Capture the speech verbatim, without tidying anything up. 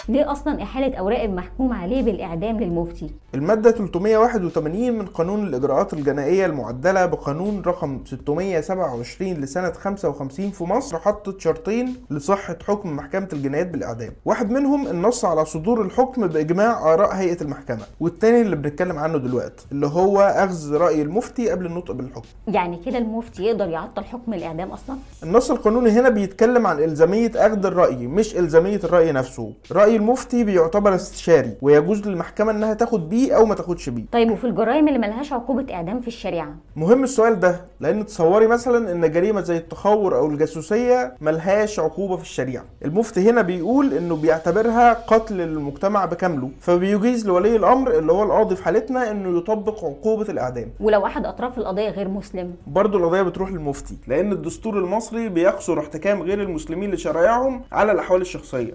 ليه اصلا احاله اوراق المحكوم عليه بالاعدام للمفتي؟ المادة ثلاثمائة وواحد وثمانين من قانون الإجراءات الجنائية المعدلة بقانون رقم ستمائة وسبعة وعشرين لسنة خمسة وخمسين في مصر حطت شرطين لصحة حكم محكمة الجنايات بالإعدام. واحد منهم النص على صدور الحكم بإجماع آراء هيئة المحكمة، والتاني اللي بنتكلم عنه دلوقتي اللي هو أخذ رأي المفتي قبل النطق بالحكم. يعني كده المفتي يقدر يعطل حكم الإعدام أصلا؟ النص القانوني هنا بيتكلم عن إلزامية أخذ الرأي مش إلزامية الرأي نفسه. رأي المفتي بيعتبر استشاري ويجوز للمحكمة إنها تاخد بيه أو ما تاخدش بيه. طيب وفي الجرائم اللي ملهاش عقوبة إعدام في الشريعة؟ مهم السؤال ده، لأن تصوري مثلا إن جريمة زي التخور أو الجاسوسية ملهاش عقوبة في الشريعة. المفتي هنا بيقول إنه بيعتبرها قتل للمجتمع بكامله، فبيجيز لولي الأمر اللي هو القاضي في حالتنا إنه يطبق عقوبة الإعدام. ولو أحد أطراف القضية غير مسلم؟ برضو القضية بتروح للمفتي، لأن الدستور المصري بيقصر احتكام غير المسلمين لشرائعهم على الأحوال الشخصية.